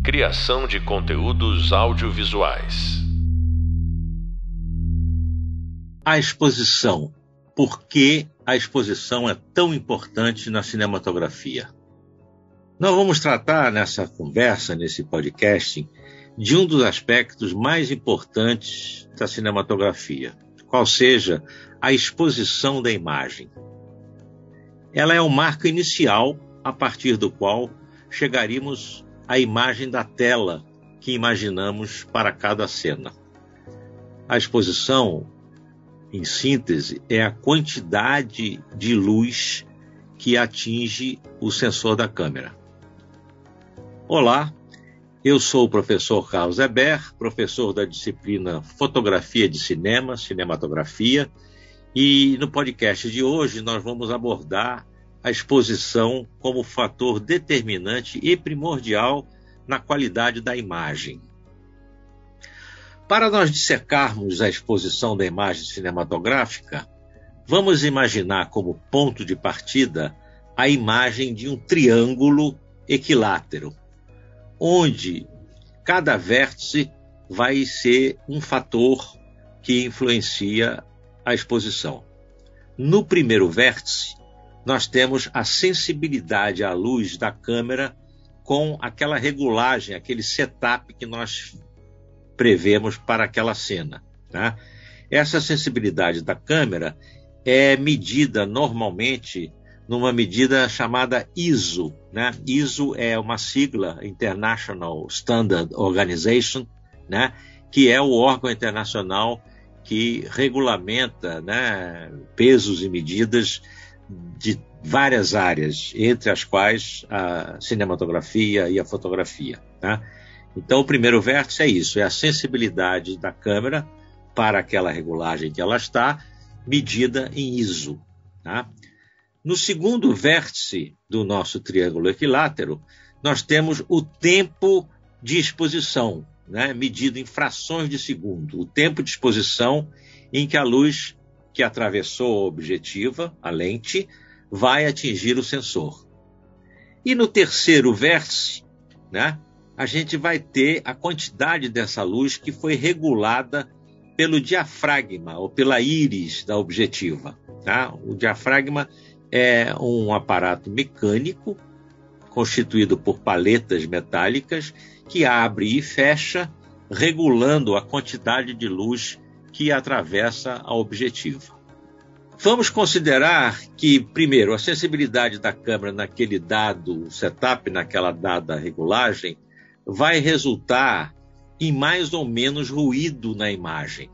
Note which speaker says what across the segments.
Speaker 1: Criação de conteúdos audiovisuais.
Speaker 2: A exposição. Por que a exposição é tão importante na cinematografia? Nós vamos tratar nessa conversa, nesse podcast, de um dos aspectos mais importantes da cinematografia, qual seja a exposição da imagem. Ela é o marco inicial a partir do qual chegaríamos à imagem da tela que imaginamos para cada cena. A exposição, em síntese, é a quantidade de luz que atinge o sensor da câmera. Olá, eu sou o professor Carlos Eber, professor da disciplina Fotografia de Cinema, Cinematografia, e no podcast de hoje nós vamos abordar a exposição como fator determinante e primordial na qualidade da imagem. Para nós dissecarmos a exposição da imagem cinematográfica, vamos imaginar como ponto de partida a imagem de um triângulo equilátero, onde cada vértice vai ser um fator que influencia a exposição. No primeiro vértice, nós temos a sensibilidade à luz da câmera com aquela regulagem, aquele setup que nós prevemos para aquela cena, tá? Essa sensibilidade da câmera é medida normalmente numa medida chamada ISO, né? ISO é uma sigla, International Standard Organization, né? Que é o órgão internacional que regulamenta, né, pesos e medidas de várias áreas, entre as quais a cinematografia e a fotografia, tá? Então, o primeiro vértice é isso, é a sensibilidade da câmera para aquela regulagem que ela está, medida em ISO, tá? No segundo vértice do nosso triângulo equilátero, nós temos o tempo de exposição, né, medido em frações de segundo, o tempo de exposição em que a luz que atravessou a objetiva, a lente, vai atingir o sensor. E no terceiro vértice, né, a gente vai ter a quantidade dessa luz que foi regulada pelo diafragma ou pela íris da objetiva, tá? O diafragma é um aparato mecânico constituído por paletas metálicas que abre e fecha, regulando a quantidade de luz que atravessa a objetiva. Vamos considerar que, primeiro, a sensibilidade da câmera naquele dado setup, naquela dada regulagem, vai resultar em mais ou menos ruído na imagem.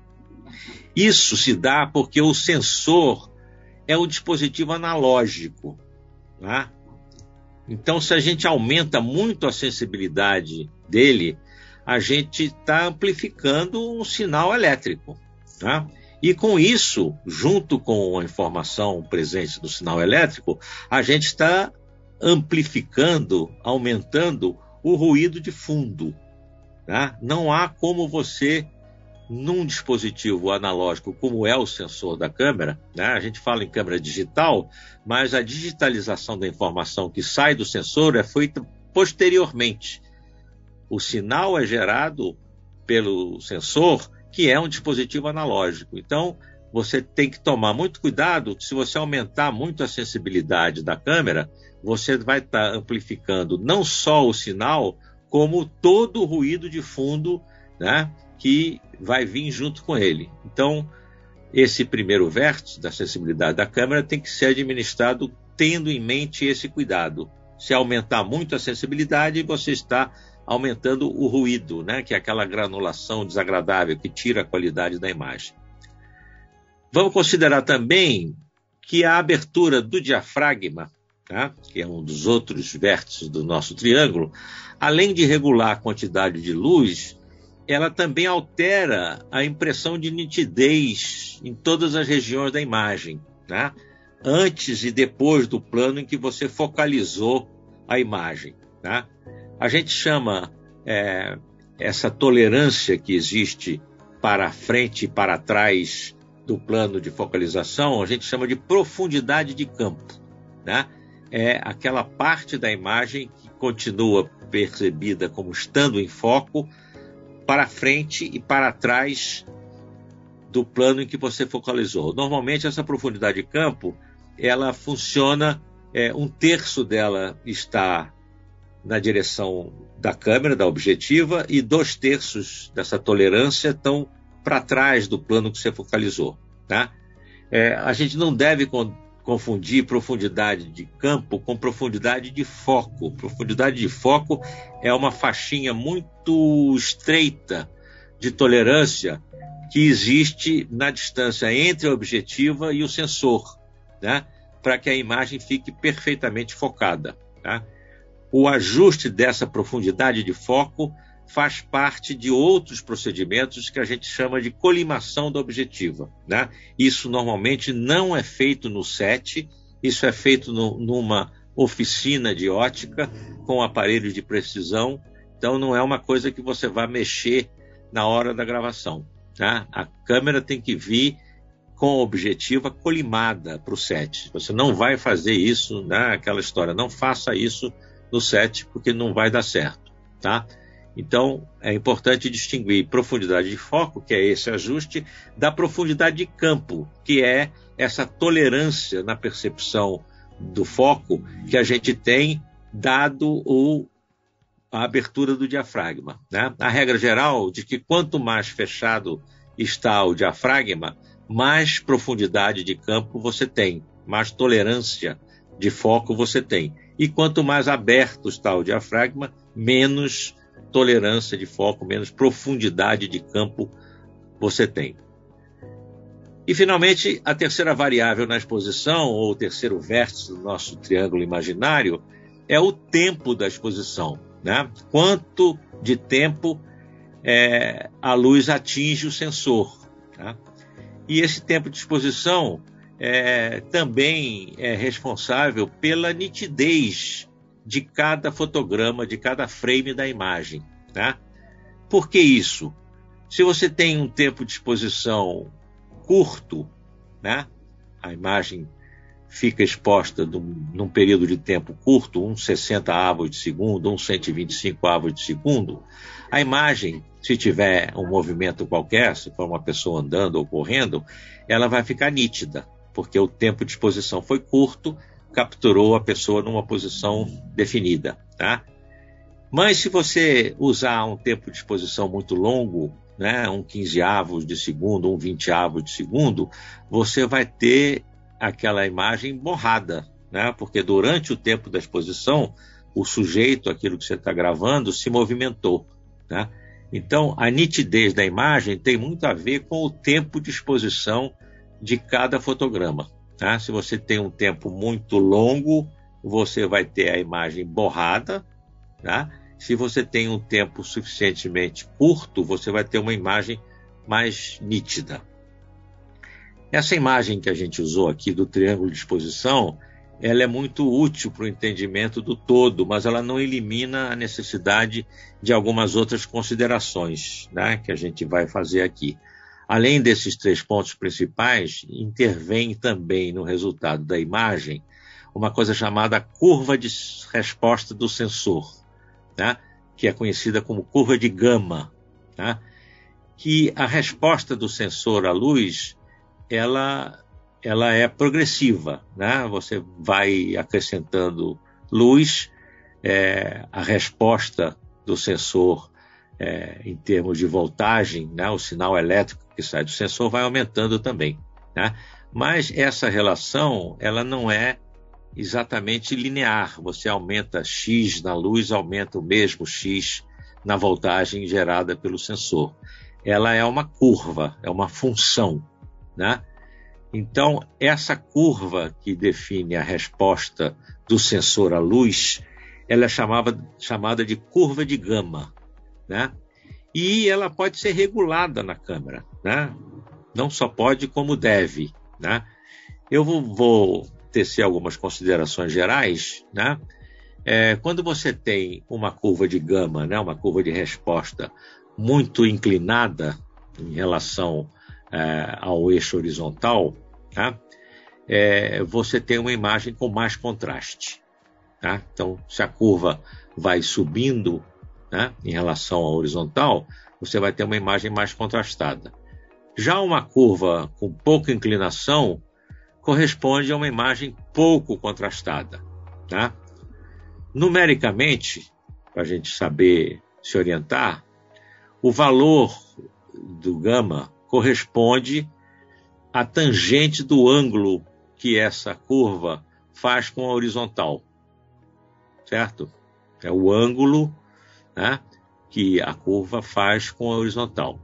Speaker 2: Isso se dá porque o sensor é um dispositivo analógico, tá? Então, se a gente aumenta muito a sensibilidade dele, a gente está amplificando um sinal elétrico, tá? E com isso, junto com a informação presente no sinal elétrico, a gente está amplificando, aumentando o ruído de fundo, tá? Não há como você, num dispositivo analógico como é o sensor da câmera, né? A gente fala em câmera digital, mas a digitalização da informação que sai do sensor é feita posteriormente. O sinal é gerado pelo sensor, que é um dispositivo analógico. Então, você tem que tomar muito cuidado, se você aumentar muito a sensibilidade da câmera, você vai estar amplificando não só o sinal, como todo o ruído de fundo, né, que vai vir junto com ele. Então, esse primeiro vértice da sensibilidade da câmera tem que ser administrado tendo em mente esse cuidado. Se aumentar muito a sensibilidade, você está aumentando o ruído, né, que é aquela granulação desagradável que tira a qualidade da imagem. Vamos considerar também que a abertura do diafragma, tá, que é um dos outros vértices do nosso triângulo, além de regular a quantidade de luz, ela também altera a impressão de nitidez em todas as regiões da imagem, né, antes e depois do plano em que você focalizou a imagem, tá? A gente chama essa tolerância que existe para frente e para trás do plano de focalização, a gente chama de profundidade de campo, né? é aquela parte da imagem que continua percebida como estando em foco para frente e para trás do plano em que você focalizou. Normalmente essa profundidade de campo, ela funciona, um terço dela está na direção da câmera, da objetiva, e 2/3 dessa tolerância estão para trás do plano que você focalizou, tá? A gente não deve confundir profundidade de campo com profundidade de foco. Profundidade de foco é uma faixinha muito estreita de tolerância que existe na distância entre a objetiva e o sensor, né? Para que a imagem fique perfeitamente focada, tá? O ajuste dessa profundidade de foco faz parte de outros procedimentos que a gente chama de colimação da objetiva, né? Isso normalmente não é feito no set, isso é feito numa oficina de ótica com aparelhos de precisão, então não é uma coisa que você vai mexer na hora da gravação, tá? A câmera tem que vir com a objetiva colimada para o set. Você não vai fazer isso, né? Aquela história, não faça isso no set porque não vai dar certo, tá? Então, é importante distinguir profundidade de foco, que é esse ajuste, da profundidade de campo, que é essa tolerância na percepção do foco que a gente tem dado a abertura do diafragma, né? A regra geral de que quanto mais fechado está o diafragma, mais profundidade de campo você tem, mais tolerância de foco você tem. E quanto mais aberto está o diafragma, menos tolerância de foco, menos profundidade de campo você tem. E, finalmente, a terceira variável na exposição, ou o terceiro vértice do nosso triângulo imaginário, é o tempo da exposição, né? Quanto de tempo a luz atinge o sensor, tá? E esse tempo de exposição também é responsável pela nitidez de cada fotograma, de cada frame da imagem, tá? Por que isso? Se você tem um tempo de exposição curto, né? A imagem fica exposta num período de tempo curto, uns 60 avos de segundo, uns 125 avos de segundo, a imagem, se tiver um movimento qualquer, se for uma pessoa andando ou correndo, ela vai ficar nítida, porque o tempo de exposição foi curto, capturou a pessoa numa posição definida, tá? Mas se você usar um tempo de exposição muito longo, né, um 15 avos de segundo, um 20 avos de segundo, você vai ter aquela imagem borrada, né? Porque durante o tempo da exposição, o sujeito, aquilo que você está gravando, se movimentou, né? Então, a nitidez da imagem tem muito a ver com o tempo de exposição de cada fotograma, tá? Se você tem um tempo muito longo, você vai ter a imagem borrada, tá? Se você tem um tempo suficientemente curto, você vai ter uma imagem mais nítida. Essa imagem que a gente usou aqui do triângulo de exposição, ela é muito útil para o entendimento do todo, mas ela não elimina a necessidade de algumas outras considerações, né, que a gente vai fazer aqui. Além desses 3 pontos principais, intervém também no resultado da imagem uma coisa chamada curva de resposta do sensor, tá? Que é conhecida como curva de gama, tá? Que a resposta do sensor à luz, ela é progressiva, né? Você vai acrescentando luz, a resposta do sensor em termos de voltagem, né? O sinal elétrico que sai do sensor vai aumentando também, né? Mas essa relação, ela não é exatamente linear. Você aumenta X na luz, aumenta o mesmo X na voltagem gerada pelo sensor. Ela é uma curva, é uma função, né? Então, essa curva que define a resposta do sensor à luz, ela é chamada de curva de gama, né? E ela pode ser regulada na câmera, né? Não só pode, como deve, né? Eu vou tecer algumas considerações gerais, né? Quando você tem uma curva de gama, né? Uma curva de resposta muito inclinada em relação ao eixo horizontal, tá? você tem uma imagem com mais contraste. Tá? Então, se a curva vai subindo, né, em relação à horizontal, você vai ter uma imagem mais contrastada. Já uma curva com pouca inclinação corresponde a uma imagem pouco contrastada. Tá? Numericamente, para a gente saber se orientar, o valor do gama corresponde à tangente do ângulo que essa curva faz com a horizontal. Certo? É o ângulo, né, que a curva faz com a horizontal.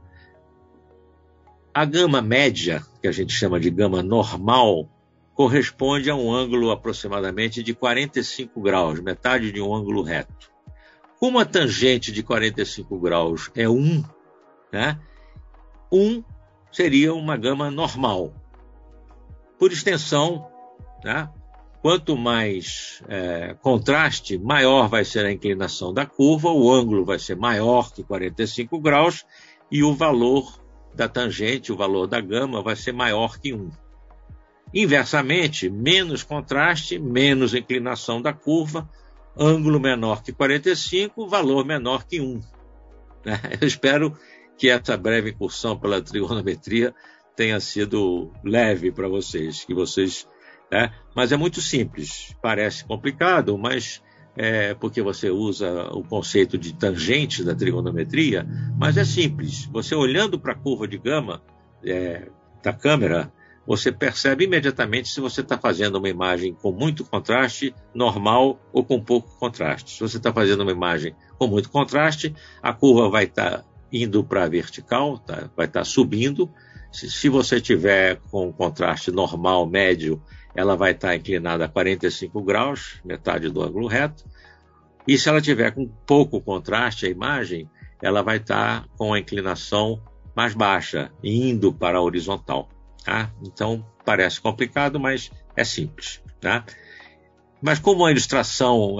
Speaker 2: A gama média, que a gente chama de gama normal, corresponde a um ângulo aproximadamente de 45 graus, metade de um ângulo reto. Como a tangente de 45 graus é 1, né, 1 seria uma gama normal. Por extensão, né, quanto mais contraste, maior vai ser a inclinação da curva, o ângulo vai ser maior que 45 graus e o valor da tangente, o valor da gama, vai ser maior que 1. Inversamente, menos contraste, menos inclinação da curva, ângulo menor que 45, valor menor que 1. Eu espero que essa breve incursão pela trigonometria tenha sido leve para vocês, mas é muito simples, parece complicado, mas porque você usa o conceito de tangente da trigonometria, mas é simples. Você olhando para a curva de gama da câmera, você percebe imediatamente se você está fazendo uma imagem com muito contraste, normal ou com pouco contraste. Se você está fazendo uma imagem com muito contraste, a curva vai estar indo para a vertical, vai estar subindo. Se você tiver com contraste normal, médio, ela vai estar inclinada a 45 graus, metade do ângulo reto. E se ela tiver com pouco contraste, a imagem, ela vai estar com a inclinação mais baixa, indo para a horizontal. Tá? Então, parece complicado, mas é simples. Tá? Mas como a ilustração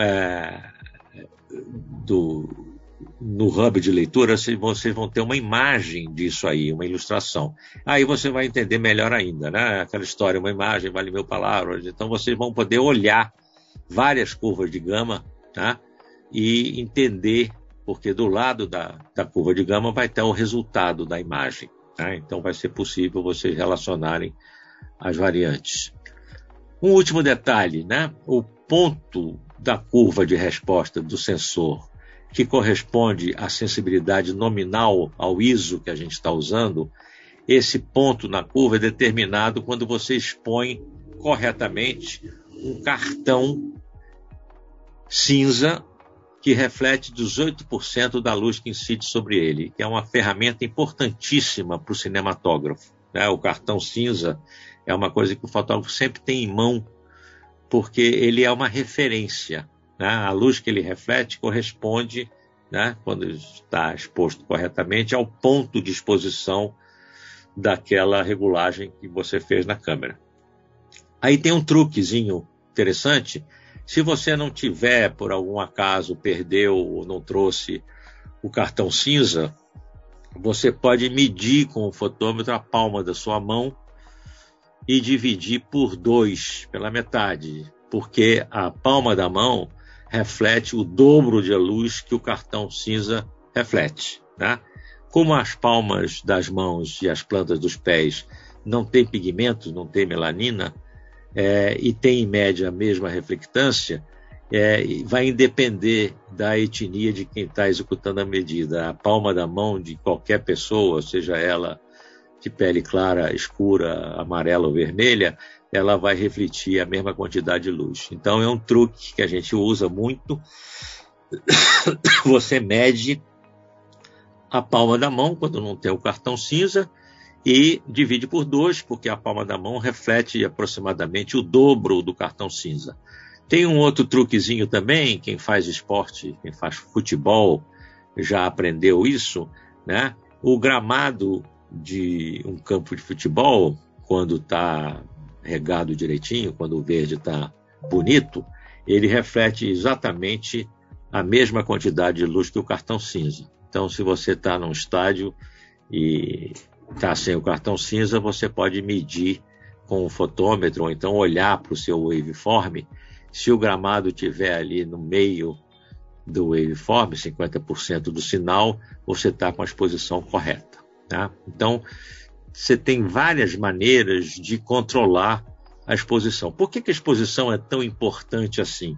Speaker 2: no hub de leitura, vocês vão ter uma imagem disso aí, uma ilustração. Aí você vai entender melhor ainda, né? Aquela história, uma imagem vale 1000 palavras. Então vocês vão poder olhar várias curvas de gama, tá? E entender, porque do lado da curva de gama vai ter o resultado da imagem. Tá? Então vai ser possível vocês relacionarem as variantes. Um último detalhe, né? O ponto da curva de resposta do sensor, que corresponde à sensibilidade nominal ao ISO que a gente está usando, esse ponto na curva é determinado quando você expõe corretamente um cartão cinza que reflete 18% da luz que incide sobre ele, que é uma ferramenta importantíssima para o cinematógrafo. Né? O cartão cinza é uma coisa que o fotógrafo sempre tem em mão, porque ele é uma referência. Né? A luz que ele reflete corresponde, né, quando está exposto corretamente, ao ponto de exposição daquela regulagem que você fez na câmera. Aí tem um truquezinho interessante. Se você não tiver, por algum acaso, perdeu ou não trouxe o cartão cinza, você pode medir com o fotômetro a palma da sua mão e dividir por 2, pela metade, porque a palma da mão reflete o dobro de luz que o cartão cinza reflete. Né? Como as palmas das mãos e as plantas dos pés não têm pigmentos, não têm melanina, e tem em média a mesma reflectância, vai depender da etnia de quem está executando a medida. A palma da mão de qualquer pessoa, seja ela de pele clara, escura, amarela ou vermelha, ela vai refletir a mesma quantidade de luz. Então é um truque que a gente usa muito. Você mede a palma da mão quando não tem o cartão cinza e divide por 2, porque a palma da mão reflete aproximadamente o dobro do cartão cinza. Tem um outro truquezinho também, quem faz esporte, quem faz futebol já aprendeu isso, né? O gramado de um campo de futebol, quando está regado direitinho, quando o verde está bonito, ele reflete exatamente a mesma quantidade de luz que o cartão cinza. Então, se você está num estádio e está sem o cartão cinza, você pode medir com o fotômetro, ou então olhar para o seu waveform. Se o gramado estiver ali no meio do waveform, 50% do sinal, você está com a exposição correta. Tá? Então, você tem várias maneiras de controlar a exposição. Por que a exposição é tão importante assim?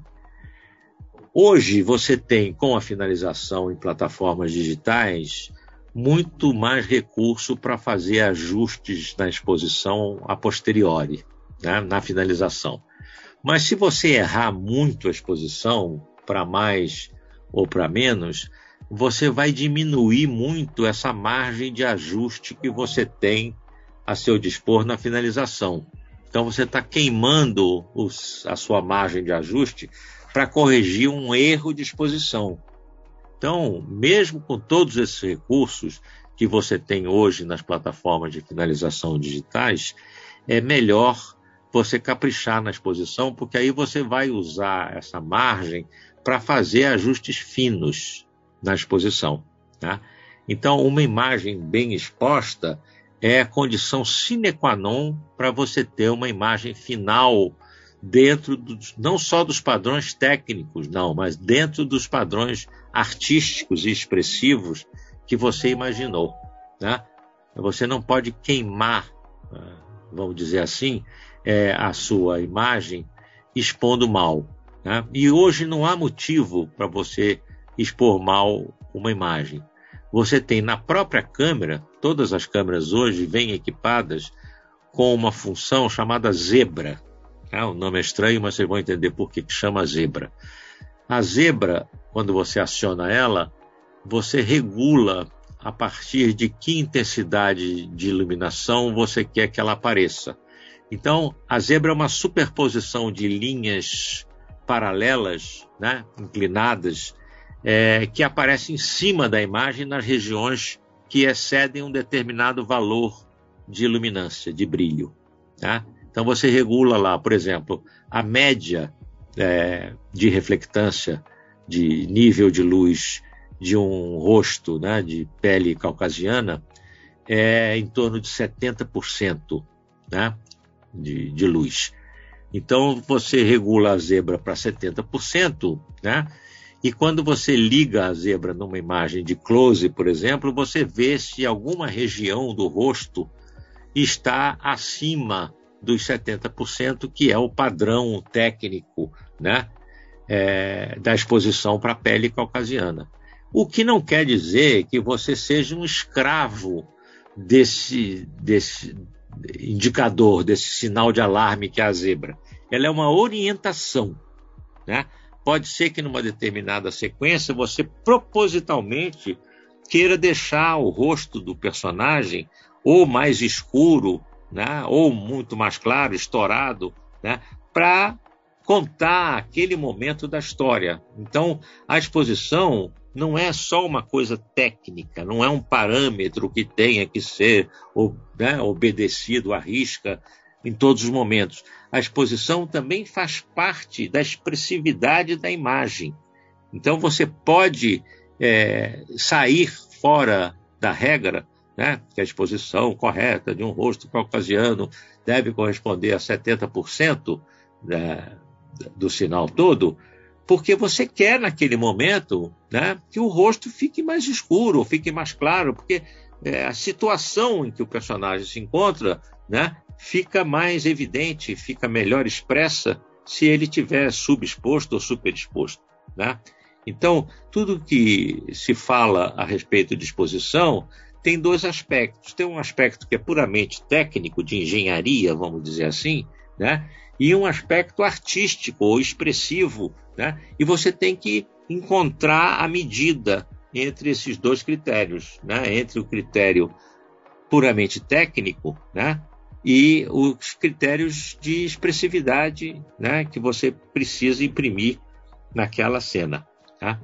Speaker 2: Hoje você tem, com a finalização em plataformas digitais, muito mais recurso para fazer ajustes na exposição a posteriori, né, na finalização. Mas se você errar muito a exposição, para mais ou para menos, você vai diminuir muito essa margem de ajuste que você tem a seu dispor na finalização. Então você está queimando a sua margem de ajuste para corrigir um erro de exposição. Então, mesmo com todos esses recursos que você tem hoje nas plataformas de finalização digitais, é melhor você caprichar na exposição, porque aí você vai usar essa margem para fazer ajustes finos na exposição. Tá? Então, uma imagem bem exposta é a condição sine qua non para você ter uma imagem final dentro não só dos padrões técnicos, não, mas dentro dos padrões artísticos e expressivos que você imaginou. Né? Você não pode queimar, vamos dizer assim, a sua imagem expondo mal. Né? E hoje não há motivo para você expor mal uma imagem. Você tem na própria câmera, todas as câmeras hoje vêm equipadas com uma função chamada zebra. O nome é estranho, mas vocês vão entender por que chama zebra. A zebra, quando você aciona ela, você regula a partir de que intensidade de iluminação você quer que ela apareça. Então, a zebra é uma superposição de linhas paralelas, né, inclinadas, que aparecem em cima da imagem nas regiões que excedem um determinado valor de iluminância, de brilho. Tá? Então você regula lá, por exemplo, a média de reflectância, de nível de luz de um rosto, né, de pele caucasiana, é em torno de 70%, né, de luz. Então você regula a zebra para 70%, né? E quando você liga a zebra numa imagem de close, por exemplo, você vê se alguma região do rosto está acima dos 70%, que é o padrão técnico, né, da exposição para a pele caucasiana. O que não quer dizer que você seja um escravo desse indicador, desse sinal de alarme que é a zebra. Ela é uma orientação, né? Pode ser que numa determinada sequência você propositalmente queira deixar o rosto do personagem ou mais escuro, né, ou muito mais claro, estourado, né, para contar aquele momento da história. Então, a exposição não é só uma coisa técnica, não é um parâmetro que tenha que ser obedecido à risca em todos os momentos. A exposição também faz parte da expressividade da imagem. Então você pode sair fora da regra, né, que a exposição correta de um rosto caucasiano deve corresponder a 70% do sinal todo, porque você quer naquele momento, né, que o rosto fique mais escuro, fique mais claro, porque a situação em que o personagem se encontra, né, fica mais evidente, fica melhor expressa se ele estiver subexposto ou superexposto. Né? Então, tudo que se fala a respeito de exposição tem dois aspectos. Tem um aspecto que é puramente técnico, de engenharia, vamos dizer assim, né? E um aspecto artístico ou expressivo, né? E você tem que encontrar a medida entre esses dois critérios, né? Entre o critério puramente técnico, né, e os critérios de expressividade, né, que você precisa imprimir naquela cena. Tá?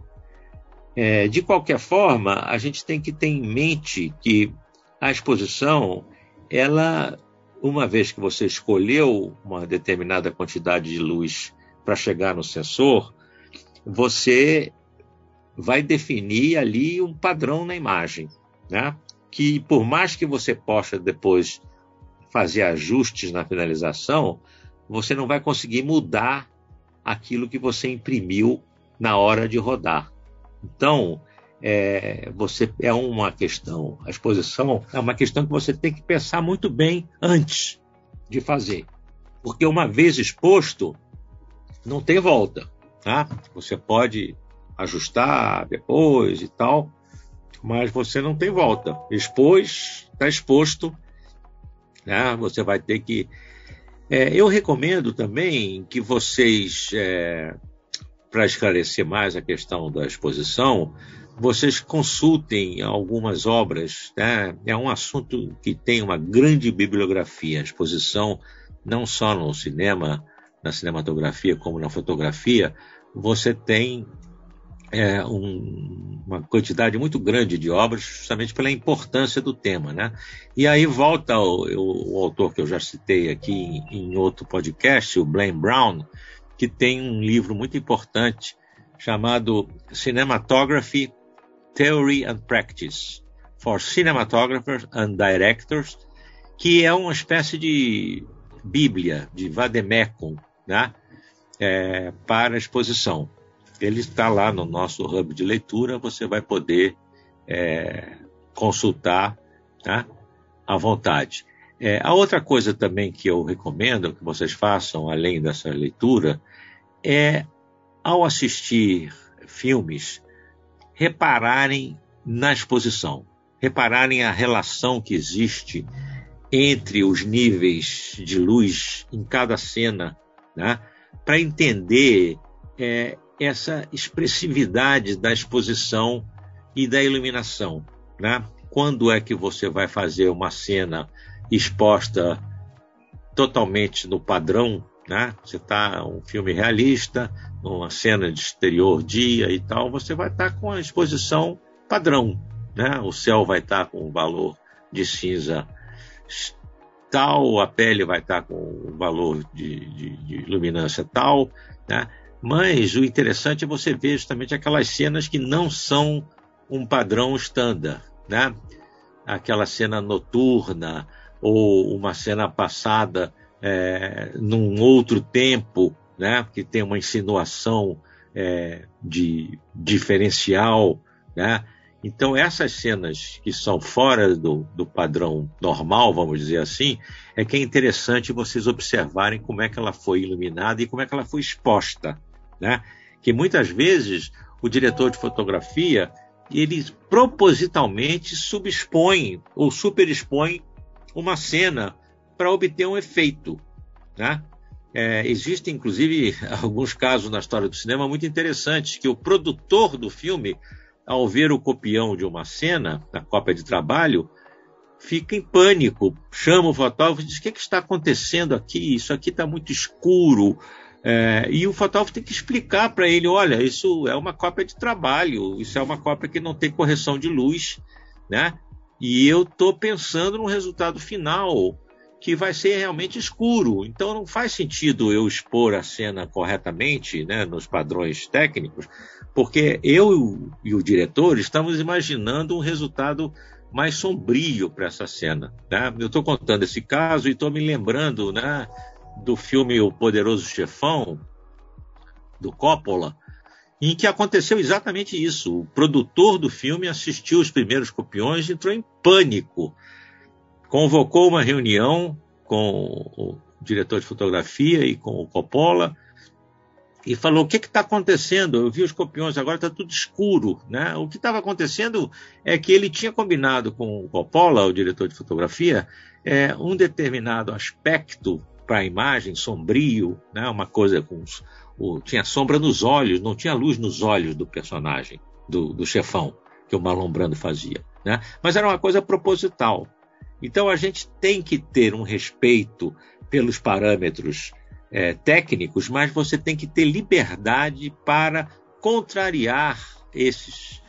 Speaker 2: De qualquer forma, a gente tem que ter em mente que a exposição, ela, uma vez que você escolheu uma determinada quantidade de luz para chegar no sensor, você vai definir ali um padrão na imagem, né? Que por mais que você possa depois fazer ajustes na finalização, você não vai conseguir mudar aquilo que você imprimiu na hora de rodar. Então, a exposição é uma questão que você tem que pensar muito bem antes de fazer. Porque uma vez exposto, não tem volta, tá? Você pode ajustar depois e tal, mas você não tem volta. Expôs, está exposto, né? Você vai ter que... eu recomendo também que vocês, para esclarecer mais a questão da exposição, vocês consultem algumas obras, né? É um assunto que tem uma grande bibliografia. A exposição, não só no cinema, na cinematografia, como na fotografia, você tem uma quantidade muito grande de obras, justamente pela importância do tema, né? E aí volta o autor que eu já citei aqui em outro podcast, o Blaine Brown, que tem um livro muito importante chamado Cinematography, Theory and Practice for Cinematographers and Directors, que é uma espécie de bíblia, de vademecum, né? Para exposição. Ele está lá no nosso hub de leitura, você vai poder consultar, tá? À vontade. A outra coisa também que eu recomendo que vocês façam, além dessa leitura, ao assistir filmes, repararem na exposição, repararem a relação que existe entre os níveis de luz em cada cena, né? Para entender essa expressividade da exposição e da iluminação, né? Quando é que você vai fazer uma cena exposta totalmente no padrão, né? Você está um filme realista, numa cena de exterior dia e tal, você vai estar com a exposição padrão, né? O céu vai estar com um valor de cinza tal, a pele vai estar com um valor de luminância tal, né? Mas o interessante é você ver justamente aquelas cenas que não são um padrão estándar, né? Aquela cena noturna ou uma cena passada num outro tempo, né? Que tem uma insinuação de diferencial, né? Então essas cenas que são fora do padrão normal, vamos dizer assim, que é interessante vocês observarem como é que ela foi iluminada e como é que ela foi exposta, né? Que muitas vezes o diretor de fotografia, ele propositalmente subexpõe ou superexpõe uma cena para obter um efeito, né? Existem, inclusive, alguns casos na história do cinema muito interessantes, que o produtor do filme, ao ver o copião de uma cena, na cópia de trabalho, fica em pânico, chama o fotógrafo e diz: o que está acontecendo aqui? Isso aqui está muito escuro. E o fotógrafo tem que explicar para ele: olha, isso é uma cópia de trabalho, isso é uma cópia que não tem correção de luz, né? E eu estou pensando no resultado final, que vai ser realmente escuro. Então não faz sentido eu expor a cena corretamente, né, nos padrões técnicos, porque eu e o diretor estamos imaginando um resultado mais sombrio para essa cena, né? Eu estou contando esse caso e estou me lembrando, né, do filme O Poderoso Chefão, do Coppola, em que aconteceu exatamente isso. O produtor do filme assistiu os primeiros copiões e entrou em pânico. Convocou uma reunião com o diretor de fotografia e com o Coppola e falou: o que está acontecendo? Eu vi os copiões, agora está tudo escuro, né? O que estava acontecendo é que ele tinha combinado com o Coppola, o diretor de fotografia, um determinado aspecto para a imagem, sombrio, né? Uma coisa com tinha sombra nos olhos, não tinha luz nos olhos do personagem, do chefão, que o Marlon Brando fazia, né? Mas era uma coisa proposital. Então a gente tem que ter um respeito pelos parâmetros técnicos, mas você tem que ter liberdade para contrariar esses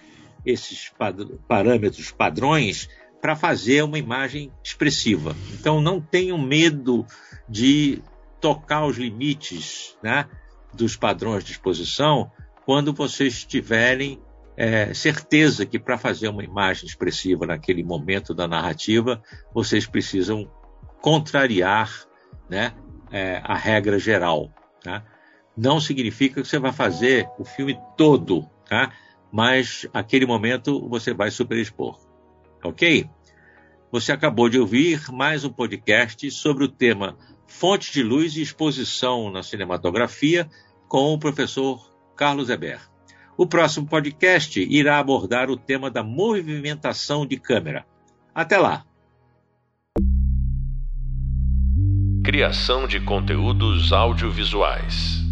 Speaker 2: parâmetros padrões para fazer uma imagem expressiva. Então não tenham medo de tocar os limites, né, dos padrões de exposição quando vocês tiverem certeza que para fazer uma imagem expressiva naquele momento da narrativa, vocês precisam contrariar, né, a regra geral. Tá? Não significa que você vai fazer o filme todo, tá? Mas aquele momento você vai superexpor. Ok? Você acabou de ouvir mais um podcast sobre o tema Fonte de Luz e Exposição na Cinematografia com o professor Carlos Eber. O próximo podcast irá abordar o tema da movimentação de câmera. Até lá!
Speaker 1: Criação de conteúdos audiovisuais.